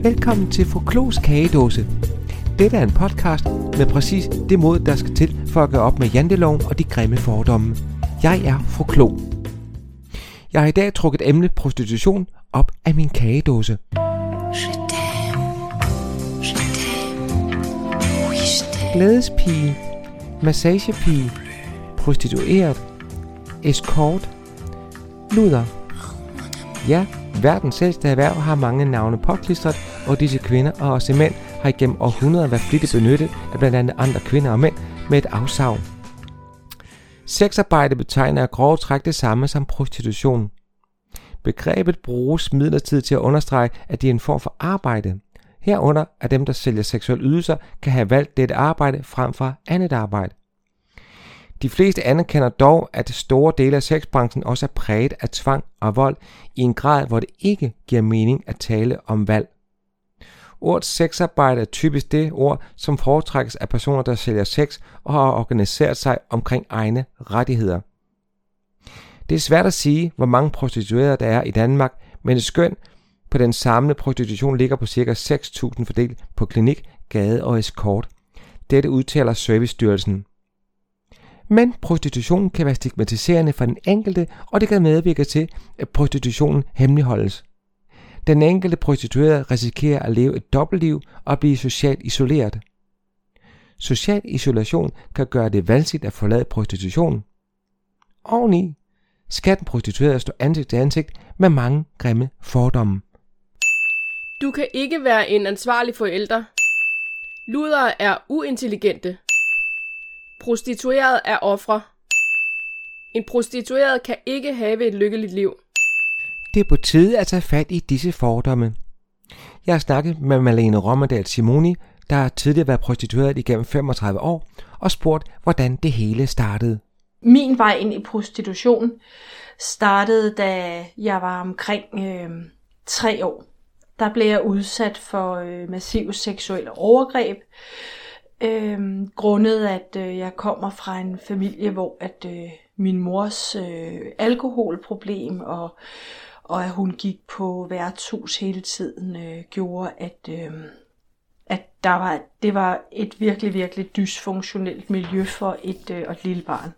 Velkommen til Fru Klos Kagedåse. Dette er en podcast med præcis det mod, der skal til for at gøre op med janteloven og de grimme fordomme. Jeg er Fru Klo. Jeg har i dag trukket emnet prostitution op af min kagedåse. Glædespige, massagepige, prostitueret, escort, luder. Ja, verdens ældste erhverv har mange navne påklistret, og disse kvinder og også mænd har igennem århundreder været flittigt benyttet af blandt andet andre kvinder og mænd med et afsavn. Sexarbejde betegner af grove træk det samme som prostitution. Begrebet bruges midlertidigt til at understrege, at det er en form for arbejde. Herunder at dem, der sælger seksuelle ydelser, kan have valgt dette arbejde frem for andet arbejde. De fleste anerkender dog, at store dele af sexbranchen også er præget af tvang og vold i en grad, hvor det ikke giver mening at tale om valg. Ordet sexarbejde er typisk det ord, som foretrækkes af personer, der sælger sex og har organiseret sig omkring egne rettigheder. Det er svært at sige, hvor mange prostituerede der er i Danmark, men et skøn på den samlede prostitution ligger på ca. 6.000 fordelt på klinik, gade og escort. Dette udtaler Servicestyrelsen. Men prostitution kan være stigmatiserende for den enkelte, og det kan medvirke til, at prostitutionen hemmeligholdes. Den enkelte prostituerede risikerer at leve et dobbeltliv og blive socialt isoleret. Social isolation kan gøre det vanskeligt at forlade prostitution. Oveni skal den prostituerede stå ansigt til ansigt med mange grimme fordomme. Du kan ikke være en ansvarlig forælder. Ludere er uintelligente. Prostitueret er ofre. En prostitueret kan ikke have et lykkeligt liv. Det er på tide at tage fat i disse fordomme. Jeg har snakket med Malene Rommedal Simoni, der har tidligere været prostitueret igennem 35 år, og spurgt, hvordan det hele startede. Min vej ind i prostitution startede, da jeg var omkring 3 år. Der blev jeg udsat for massive seksuelle overgreb, grundet at jeg kommer fra en familie, hvor at min mors alkoholproblem og at hun gik på værtshus hele tiden gjorde, at det var et virkelig, virkelig dysfunktionelt miljø for et lille barn.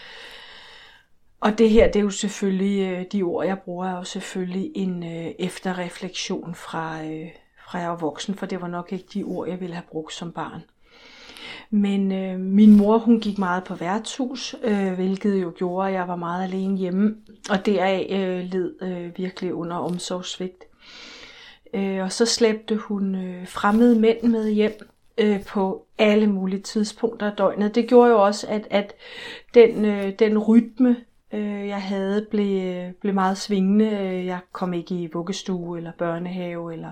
Og det her, det er jo selvfølgelig, de ord jeg bruger, er jo selvfølgelig en efterrefleksion fra jeg var voksen, for det var nok ikke de ord, jeg ville have brugt som barn. Men min mor, hun gik meget på værtshus, hvilket jo gjorde, at jeg var meget alene hjemme, og deraf led virkelig under omsorgssvigt. Og så slæbte hun fremmede mænd med hjem på alle mulige tidspunkter af døgnet. Det gjorde jo også, at den rytme, jeg havde, blev meget svingende. Jeg kom ikke i vuggestue eller børnehave eller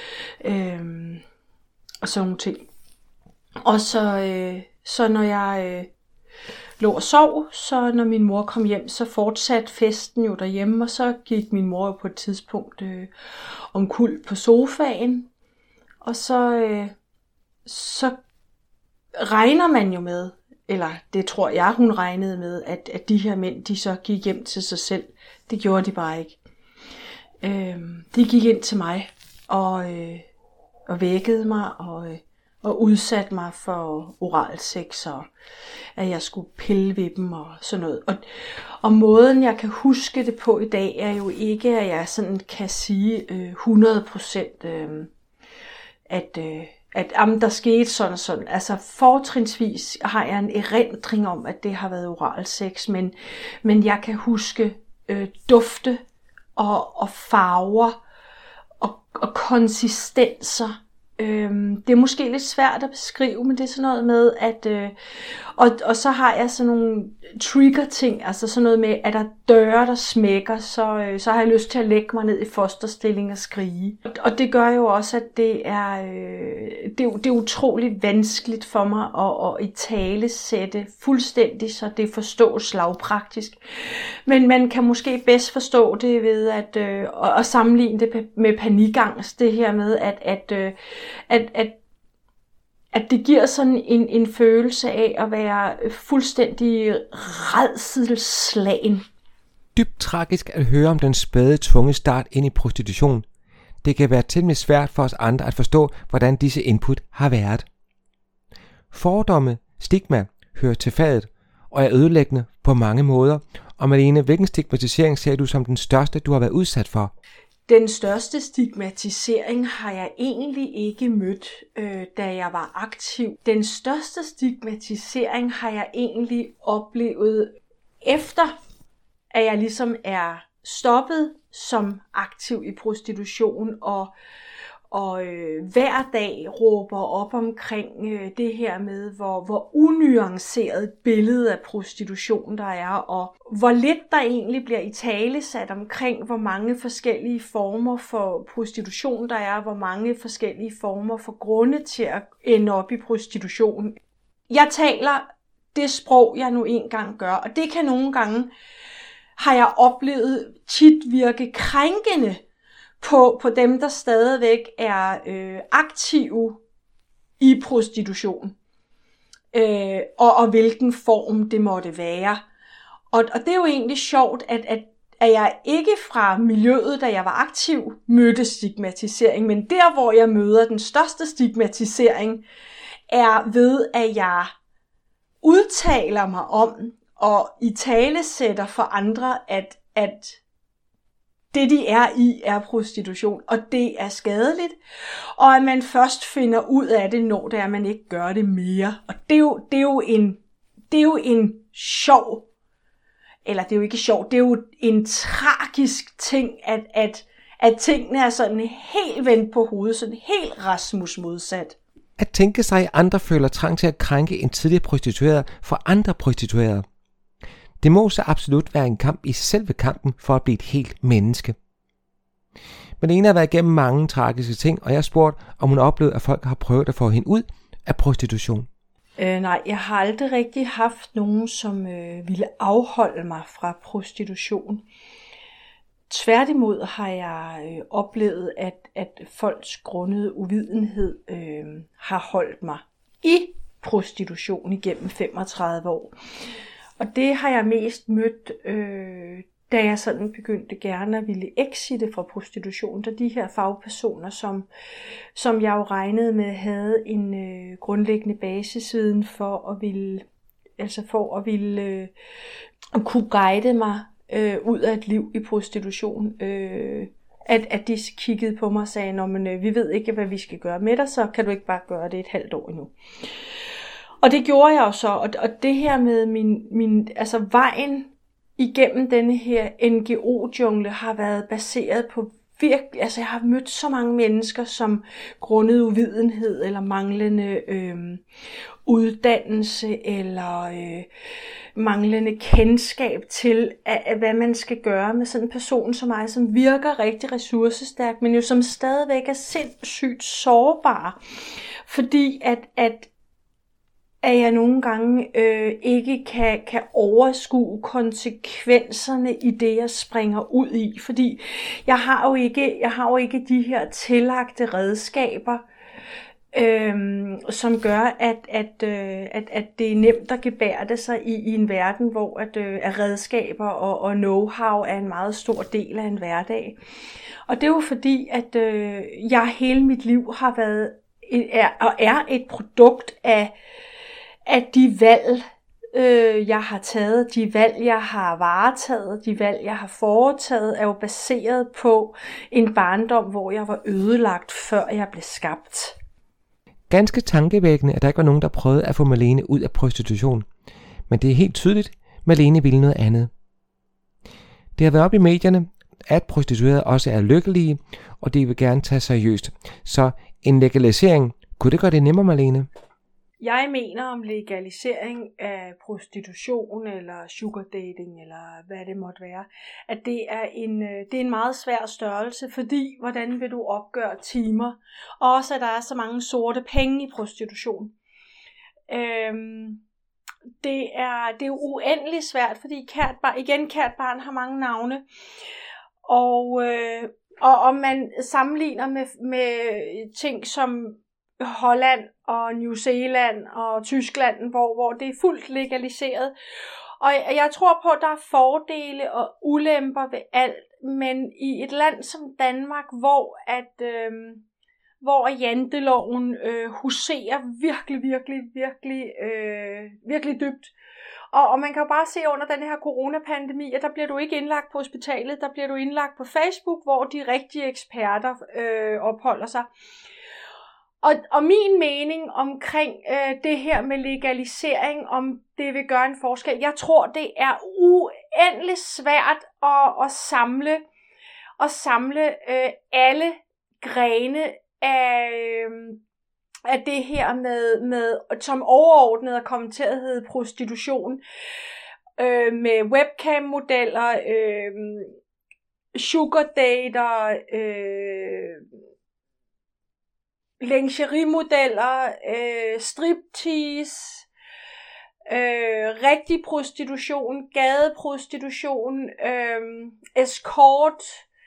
og sådan nogle ting. Og så når jeg lå og sov, så når min mor kom hjem, så fortsatte festen jo derhjemme, og så gik min mor jo på et tidspunkt omkuld på sofaen, og så regner man jo med, eller det tror jeg, hun regnede med, at de her mænd, de så gik hjem til sig selv. Det gjorde de bare ikke. De gik ind til mig og vækkede mig og udsatte mig for oralsex, og at jeg skulle pille ved dem og sådan noget. Og måden, jeg kan huske det på i dag, er jo ikke, at jeg sådan kan sige 100%, at der skete sådan og sådan. Altså fortrinsvis har jeg en erindring om, at det har været oralsex, men jeg kan huske dufte og farver og konsistenser. Det er måske lidt svært at beskrive, men det er sådan noget med, at og så har jeg sådan nogle trigger-ting, altså sådan noget med, at der døre, der smækker, så har jeg lyst til at lægge mig ned i fosterstilling og skrige. Og det gør jo også, at det er utroligt vanskeligt for mig at italesætte fuldstændig, så det forstås lavpraktisk. Men man kan måske bedst forstå det ved at sammenligne det med panikangst, det her med, at det giver sådan en følelse af at være fuldstændig rædselsslagen. Dybt tragisk at høre om den spæde tvungne start ind i prostitution. Det kan være temmelig svært for os andre at forstå, hvordan disse input har været. Fordomme, stigma, hører til faget og er ødelæggende på mange måder. Og Malene, hvilken stigmatisering ser du som den største, du har været udsat for? Den største stigmatisering har jeg egentlig ikke mødt, da jeg var aktiv. Den største stigmatisering har jeg egentlig oplevet efter, at jeg ligesom er stoppet som aktiv i prostitution og hver dag råber op omkring det her med, hvor unuanceret et billede af prostitution der er, og hvor lidt der egentlig bliver italesat omkring, hvor mange forskellige former for prostitution der er, hvor mange forskellige former for grunde til at ende op i prostitution. Jeg taler det sprog, jeg nu engang gør, og det kan nogle gange, har jeg oplevet, tit virke krænkende på dem, der stadigvæk er aktive i prostitution, og hvilken form det måtte være. Og det er jo egentlig sjovt, at jeg ikke fra miljøet, da jeg var aktiv, mødte stigmatisering, men der, hvor jeg møder den største stigmatisering, er ved, at jeg udtaler mig om og italesætter for andre, at det, de er i, er prostitution, og det er skadeligt, og at man først finder ud af det, når det er, at man ikke gør det mere. Og det er jo en sjov, eller det er jo ikke sjov, det er jo en tragisk ting, at tingene er sådan helt vendt på hovedet, sådan helt Rasmus modsat. At tænke sig, at andre føler trang til at krænke en tidligere prostitueret for andre prostituerede. Det må så absolut være en kamp i selve kampen for at blive et helt menneske. Malene har været igennem mange tragiske ting, og jeg spurgte, om hun oplevede, at folk har prøvet at få hende ud af prostitution. Nej, jeg har aldrig rigtig haft nogen, som ville afholde mig fra prostitution. Tværtimod har jeg oplevet, at folks grundede uvidenhed har holdt mig i prostitution igennem 35 år. Og det har jeg mest mødt, da jeg sådan begyndte gerne at ville exitte fra prostitution, da de her fagpersoner, som jeg jo regnede med, havde en grundlæggende basisviden for at kunne guide mig ud af et liv i prostitution. At de kiggede på mig og sagde, men vi ved ikke, hvad vi skal gøre med dig, så kan du ikke bare gøre det et halvt år endnu. Og det gjorde jeg jo så, og det her med min vejen igennem denne her NGO-jungle har været baseret på virkelig, jeg har mødt så mange mennesker, som grundet uvidenhed eller manglende uddannelse eller manglende kendskab til, hvad man skal gøre med sådan en person som mig, som virker rigtig ressourcestærk, men jo som stadigvæk er sindssygt sårbar, fordi at jeg nogle gange ikke kan overskue konsekvenserne i det, jeg springer ud i. Fordi jeg har jo ikke de her tillagte redskaber, som gør, at det er nemt at gebærde sig i en verden, hvor at redskaber og know-how er en meget stor del af en hverdag. Og det er jo fordi, at jeg hele mit liv har været og er et produkt af de valg, jeg har taget, de valg, jeg har varetaget, de valg, jeg har foretaget, er jo baseret på en barndom, hvor jeg var ødelagt, før jeg blev skabt. Ganske tankevækkende, at der ikke var nogen, der prøvede at få Malene ud af prostitution. Men det er helt tydeligt, Malene ville noget andet. Det har været op i medierne, at prostituerede også er lykkelige, og det vil gerne tage seriøst. Så en legalisering, kunne det gøre det nemmere, Malene? Jeg mener om legalisering af prostitution eller sugar dating eller hvad det måtte være, at det er en meget svær størrelse, fordi hvordan vil du opgøre timer, og også at der er så mange sorte penge i prostitution. Det er jo uendelig svært, fordi kært barn har mange navne, og man sammenligner med ting som Holland og New Zealand og Tyskland, hvor det er fuldt legaliseret. Og jeg tror på, at der er fordele og ulemper ved alt, men i et land som Danmark, hvor janteloven huserer virkelig dybt. Og man kan jo bare se under den her coronapandemi, at der bliver du ikke indlagt på hospitalet, der bliver du indlagt på Facebook, hvor de rigtige eksperter opholder sig. Og min mening omkring det her med legalisering, om det vil gøre en forskel, jeg tror, det er uendelig svært at samle alle grene af det her med som overordnet og komme til at hedde prostitution, med webcam-modeller, sugardater, lingerie-modeller, striptease, rigtig prostitution, gadeprostitution, escort,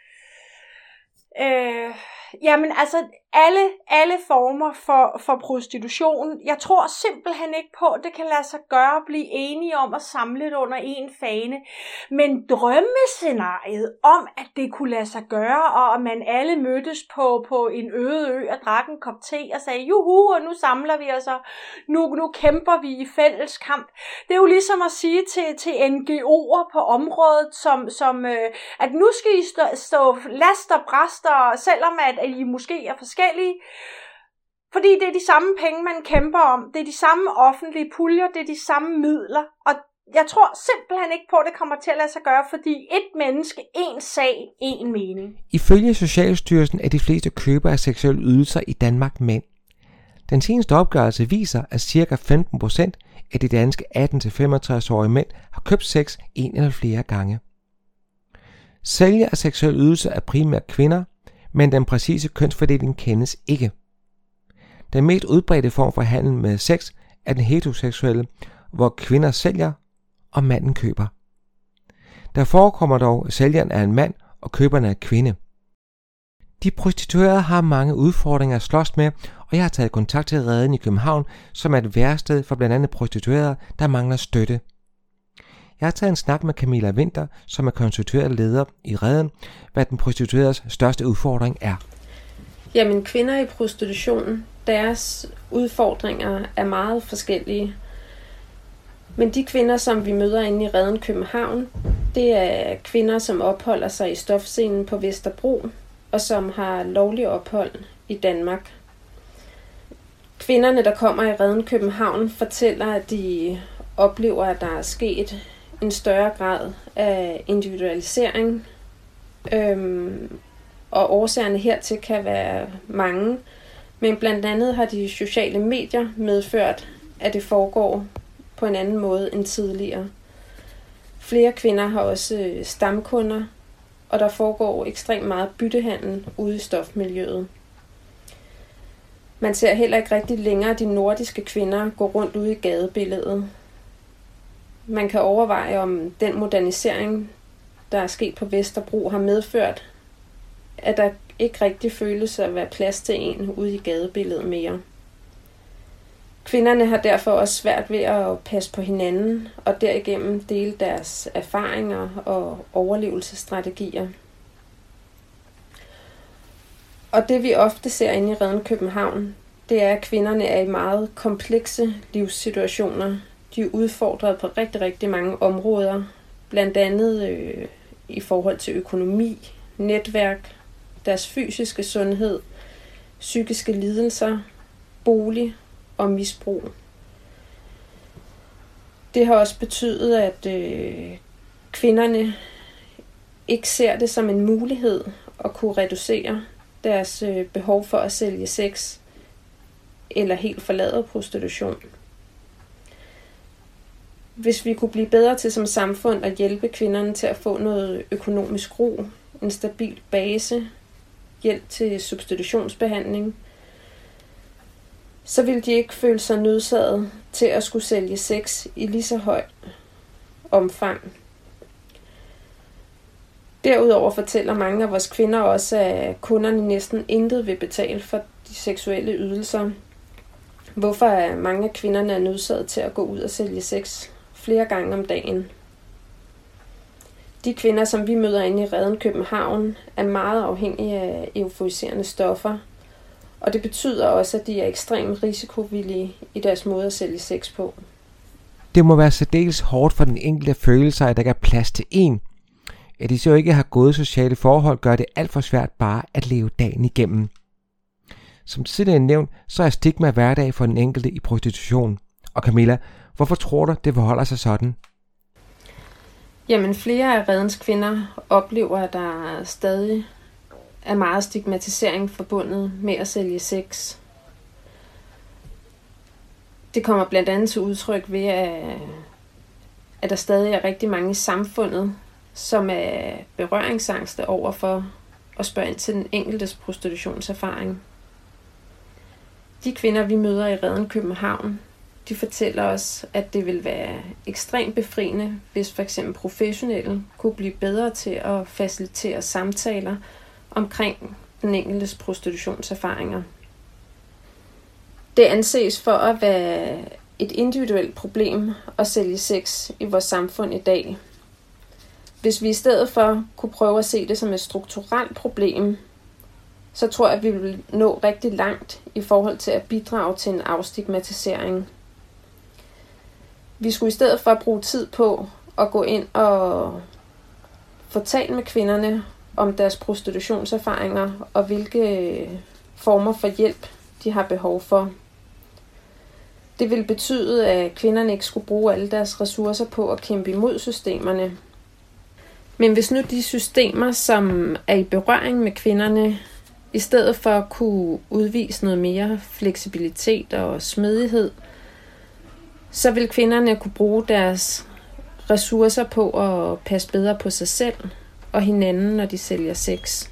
jamen altså alle former for prostitution. Jeg tror simpelthen ikke på, at det kan lade sig gøre at blive enige om at samle det under en fane. Men drømmescenariet om, at det kunne lade sig gøre, og at man alle mødtes på en øde ø og drak en kop te og sagde, juhu, og nu samler vi os, og nu kæmper vi i fælles kamp. Det er jo ligesom at sige til NGO'er på området, som at nu skal I stå last og bræst, og selvom at I måske er forskellige, fordi det er de samme penge, man kæmper om, det er de samme offentlige puljer, det er de samme midler, og jeg tror simpelthen ikke på, at det kommer til at lade sig gøre, fordi et menneske, en sag, en mening. Ifølge Socialstyrelsen er de fleste købere af seksuelle ydelser i Danmark mænd. Den seneste opgørelse viser, at ca. 15% af de danske 18-65-årige mænd har købt sex en eller flere gange. Sælger af seksuelle ydelser er primært kvinder, men den præcise kønsfordeling kendes ikke. Den mest udbredte form for handel med sex er den heteroseksuelle, hvor kvinder sælger og manden køber. Der forekommer dog, at sælgeren er en mand og køberen er kvinde. De prostituerede har mange udfordringer at slås med, og jeg har taget kontakt til Reden i København, som er et værested for blandt andet prostituerede, der mangler støtte. Jeg har taget en snak med Camilla Winther, som er konstitueret leder i Reden, hvad den prostitueredes største udfordring er. Jamen, kvinder i prostitution, deres udfordringer er meget forskellige. Men de kvinder, som vi møder inde i Reden København, det er kvinder, som opholder sig i stofscenen på Vesterbro, og som har lovlig ophold i Danmark. Kvinderne, der kommer i Reden København, fortæller, at de oplever, at der er sket en større grad af individualisering, og årsagerne hertil kan være mange, men blandt andet har de sociale medier medført, at det foregår på en anden måde end tidligere. Flere kvinder har også stamkunder, og der foregår ekstremt meget byttehandel ude i stofmiljøet. Man ser heller ikke rigtig længere de nordiske kvinder gå rundt ude i gadebilledet. Man kan overveje, om den modernisering, der er sket på Vesterbro, har medført, at der ikke rigtig føles at være plads til en ude i gadebilledet mere. Kvinderne har derfor også svært ved at passe på hinanden og derigennem dele deres erfaringer og overlevelsesstrategier. Og det vi ofte ser inde i Reden København, det er, at kvinderne er i meget komplekse livssituationer. De er udfordret på rigtig, rigtig mange områder, blandt andet i forhold til økonomi, netværk, deres fysiske sundhed, psykiske lidelser, bolig og misbrug. Det har også betydet, at kvinderne ikke ser det som en mulighed at kunne reducere deres behov for at sælge sex eller helt forlade prostitution. Hvis vi kunne blive bedre til som samfund at hjælpe kvinderne til at få noget økonomisk ro, en stabil base, hjælp til substitutionsbehandling, så ville de ikke føle sig nødsaget til at skulle sælge sex i lige så højt omfang. Derudover fortæller mange af vores kvinder også, at kunderne næsten intet vil betale for de seksuelle ydelser. Hvorfor er mange af kvinderne nødsaget til at gå ud og sælge sex flere gange om dagen. De kvinder, som vi møder inde i Reden København, er meget afhængige af euforiserende stoffer, og det betyder også, at de er ekstremt risikovillige i deres måde at sælge sex på. Det må være særdeles hårdt for den enkelte at føle sig, at der ikke er plads til en. At de så ikke har gode sociale forhold, gør det alt for svært bare at leve dagen igennem. Som tidligere nævnt, så er stigma hverdag for den enkelte i prostitution. Og Camilla, hvorfor tror du, det forholder sig sådan? Jamen, flere af Redens kvinder oplever, at der stadig er meget stigmatisering forbundet med at sælge sex. Det kommer blandt andet til udtryk ved, at der stadig er rigtig mange i samfundet, som er berøringsangste over for at spørge ind til den enkeltes prostitutionserfaring. De kvinder, vi møder i Reden København, de fortæller os, at det vil være ekstremt befriende, hvis for eksempel professionelle kunne blive bedre til at facilitere samtaler omkring den enkeltes prostitutionserfaringer. Det anses for at være et individuelt problem at sælge sex i vores samfund i dag. Hvis vi i stedet for kunne prøve at se det som et strukturelt problem, så tror jeg, at vi vil nå rigtig langt i forhold til at bidrage til en afstigmatisering. Vi skulle i stedet for bruge tid på at gå ind og få talt med kvinderne om deres prostitutionserfaringer og hvilke former for hjælp de har behov for. Det vil betyde, at kvinderne ikke skulle bruge alle deres ressourcer på at kæmpe imod systemerne. Men hvis nu de systemer, som er i berøring med kvinderne, i stedet for at kunne udvise noget mere fleksibilitet og smidighed, så vil kvinderne kunne bruge deres ressourcer på at passe bedre på sig selv og hinanden, når de sælger sex.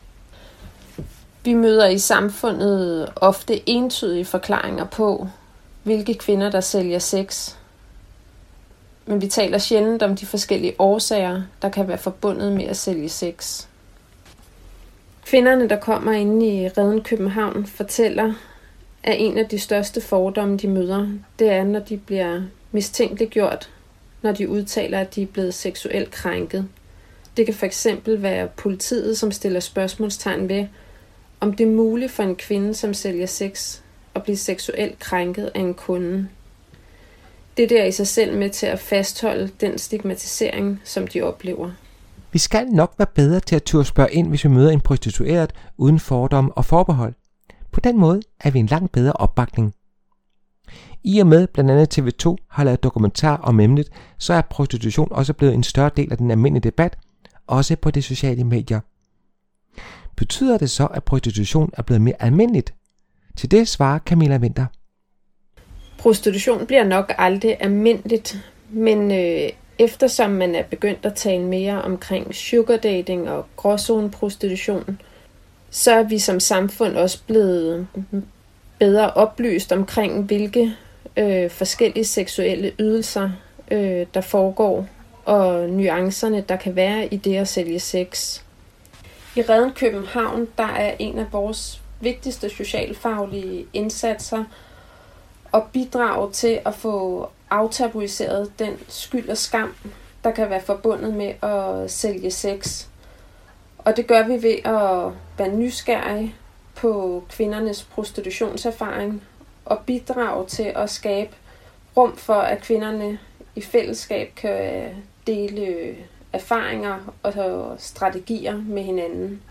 Vi møder i samfundet ofte entydige forklaringer på, hvilke kvinder, der sælger sex. Men vi taler sjældent om de forskellige årsager, der kan være forbundet med at sælge sex. Kvinderne, der kommer inde i Reden København, fortæller, at en af de største fordomme, de møder, det er, når de bliver mistænkeliggjort, når de udtaler, at de er blevet seksuelt krænket. Det kan fx være politiet, som stiller spørgsmålstegn ved, om det er muligt for en kvinde, som sælger sex, at blive seksuelt krænket af en kunde. Det er der i sig selv med til at fastholde den stigmatisering, som de oplever. Vi skal nok være bedre til at turde spørge ind, hvis vi møder en prostitueret uden fordomme og forbehold. På den måde er vi en langt bedre opbakning. I og med blandt andet TV2 har lavet dokumentar om emnet, så er prostitution også blevet en større del af den almindelige debat, også på de sociale medier. Betyder det så, at prostitution er blevet mere almindeligt? Til det svarer Camilla Winther. Prostitution bliver nok aldrig almindeligt, men eftersom man er begyndt at tale mere omkring sugar dating og gråzoneprostitution, så er vi som samfund også blevet bedre oplyst omkring, hvilke forskellige seksuelle ydelser, der foregår, og nuancerne, der kan være i det at sælge sex. I Reden København, der er en af vores vigtigste socialfaglige indsatser at bidrage til at få aftabuiseret den skyld og skam, der kan være forbundet med at sælge sex. Og det gør vi ved at være nysgerrige på kvindernes prostitutionserfaring og bidrage til at skabe rum for, at kvinderne i fællesskab kan dele erfaringer og strategier med hinanden.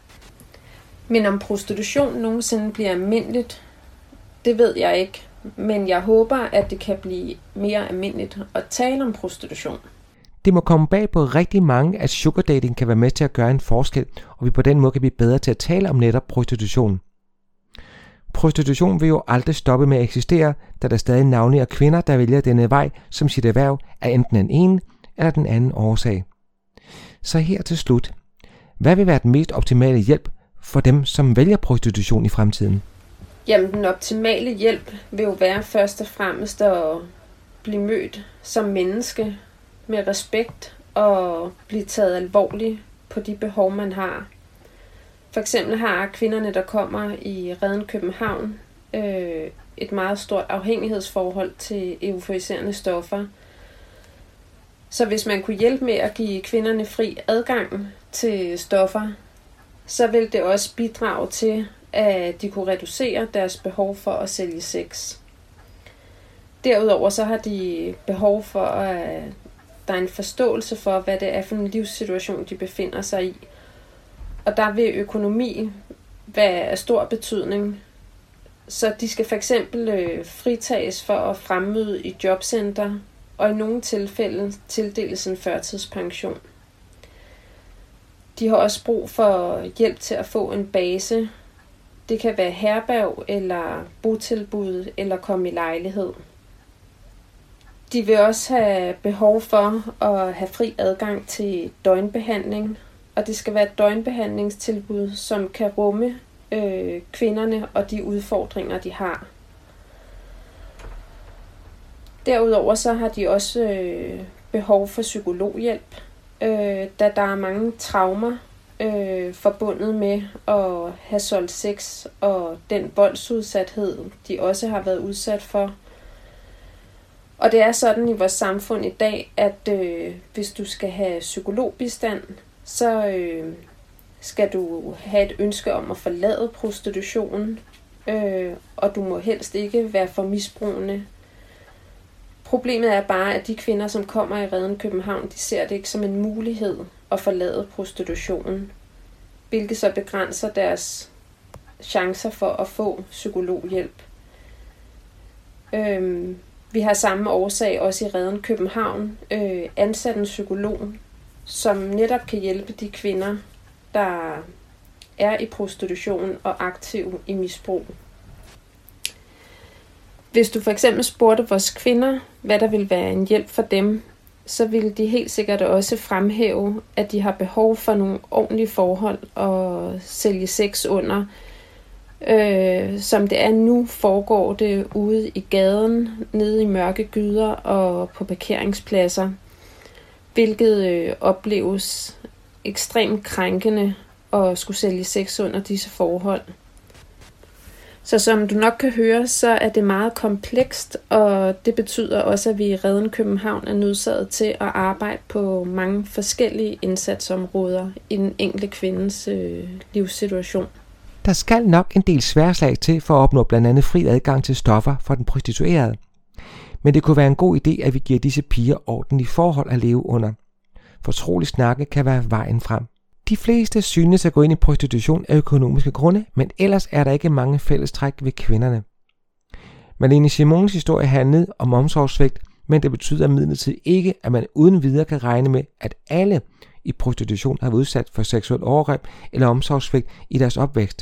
Men om prostitution nogensinde bliver almindeligt, det ved jeg ikke. Men jeg håber, at det kan blive mere almindeligt at tale om prostitution. Det må komme bag på rigtig mange, at sugar dating kan være med til at gøre en forskel, og vi på den måde kan blive bedre til at tale om netop prostitution. Prostitution vil jo aldrig stoppe med at eksistere, da der stadig navnlig er kvinder, der vælger denne vej som sit erhverv af enten den ene eller den anden årsag. Så her til slut. Hvad vil være den mest optimale hjælp for dem, som vælger prostitution i fremtiden? Jamen, den optimale hjælp vil jo være først og fremmest at blive mødt som menneske med respekt og blive taget alvorligt på de behov, man har. For eksempel har kvinderne, der kommer i Reden København, et meget stort afhængighedsforhold til euforiserende stoffer. Så hvis man kunne hjælpe med at give kvinderne fri adgang til stoffer, så vil det også bidrage til, at de kunne reducere deres behov for at sælge sex. Derudover så har de behov for, at der er en forståelse for, hvad det er for en livssituation, de befinder sig i. Og der vil økonomi være af stor betydning. Så de skal fx fritages for at fremmøde i jobcenter, og i nogle tilfælde tildeles en førtidspension. De har også brug for hjælp til at få en base. Det kan være herberg eller botilbud eller komme i lejlighed. De vil også have behov for at have fri adgang til døgnbehandling, og det skal være et døgnbehandlingstilbud, som kan rumme kvinderne og de udfordringer, de har. Derudover så har de også behov for psykologhjælp, da der er mange traumer forbundet med at have solgt sex og den voldsudsathed, de også har været udsat for. Og det er sådan i vores samfund i dag, at hvis du skal have psykologbistand, så skal du have et ønske om at forlade prostitutionen, og du må helst ikke være for misbrugende. Problemet er bare, at de kvinder, som kommer i Reden København, de ser det ikke som en mulighed at forlade prostitutionen, hvilket så begrænser deres chancer for at få psykologhjælp. Vi har samme årsag også i Reden København ansat en psykolog, som netop kan hjælpe de kvinder, der er i prostitution og aktiv i misbrug. Hvis du for eksempel spurgte vores kvinder, hvad der vil være en hjælp for dem, så ville de helt sikkert også fremhæve, at de har behov for nogle ordentlige forhold og sælge sex under. Som det er nu, foregår det ude i gaden, nede i mørke gyder og på parkeringspladser, hvilket opleves ekstremt krænkende at skulle sælge sex under disse forhold. Så som du nok kan høre, så er det meget komplekst, og det betyder også, at vi i Reden København er nødsaget til at arbejde på mange forskellige indsatsområder i den enkelte kvindes livssituation. Der skal nok en del sværslag til for at opnå blandt andet fri adgang til stoffer for den prostituerede. Men det kunne være en god idé, at vi giver disse piger ordentlige forhold at leve under. Fortrolig snakke kan være vejen frem. De fleste synes at gå ind i prostitution af økonomiske grunde, men ellers er der ikke mange fællestræk ved kvinderne. Malene Simonis historie handlede om omsorgssvigt, men det betyder imidlertid ikke, at man uden videre kan regne med, at alle i prostitution har været udsat for seksuel overgreb eller omsorgssvigt i deres opvækst.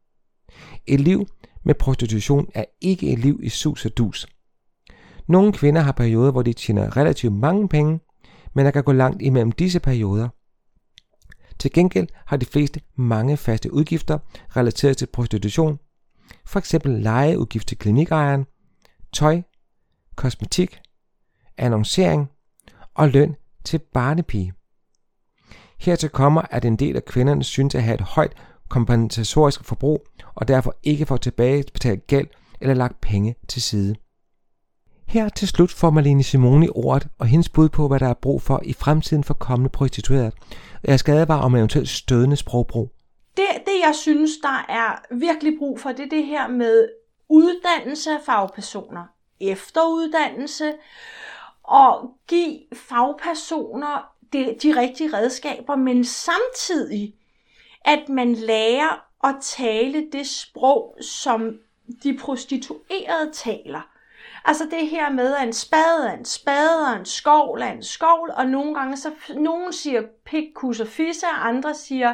Et liv med prostitution er ikke et liv i sus og dus. Nogle kvinder har perioder, hvor de tjener relativt mange penge, men der kan gå langt imellem disse perioder. Til gengæld har de fleste mange faste udgifter relateret til prostitution, f.eks. lejeudgift til klinikejeren, tøj, kosmetik, annoncering og løn til barnepige. Hertil kommer, at en del af kvinderne synes at have et højt kompensatorisk forbrug og derfor ikke får tilbagebetalt gæld eller lagt penge til side. Her til slut får Malene Simoni ordet og hendes bud på, hvad der er brug for i fremtiden for kommende prostituerede. Jeg skal advare om eventuelt stødende sprogbrug. Det jeg synes, der er virkelig brug for, det er det her med uddannelse af fagpersoner, efteruddannelse og give fagpersoner de rigtige redskaber, men samtidig, at man lærer at tale det sprog, som de prostituerede taler. Altså det her med, at en spade er en spade, og en skovl er en skovl, og nogle gange så nogen siger pik, kus og fisse, og andre siger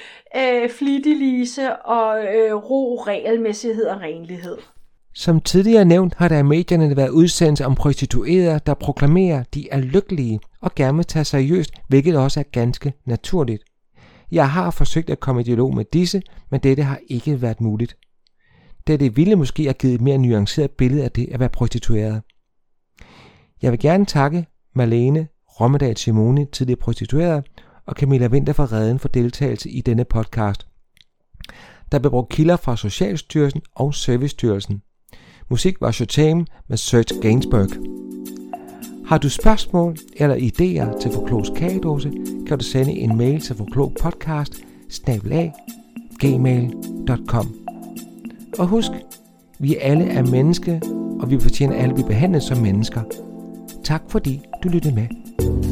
flittilise og ro, regelmæssighed og renlighed. Som tidligere nævnt har der i medierne været udsendelser om prostituerede, der proklamerer, at de er lykkelige og gerne vil tage seriøst, hvilket også er ganske naturligt. Jeg har forsøgt at komme i dialog med disse, men dette har ikke været muligt. Det ville måske have givet et mere nuanceret billede af det at være prostitueret. Jeg vil gerne takke Malene Rommedahl Simoni, tidligere prostitueret, og Camilla Winther fra Reden for deltagelse i denne podcast. Der blev brugt kilder fra Socialstyrelsen og Servicestyrelsen. Musik var Showtime med Serge Gainsbourg. Har du spørgsmål eller idéer til Forklogs kagedåse, kan du sende en mail til forklogpodcast@gmail.com. Og husk, vi alle er mennesker, og vi fortjener alle at blive behandlet som mennesker. Tak fordi du lyttede med.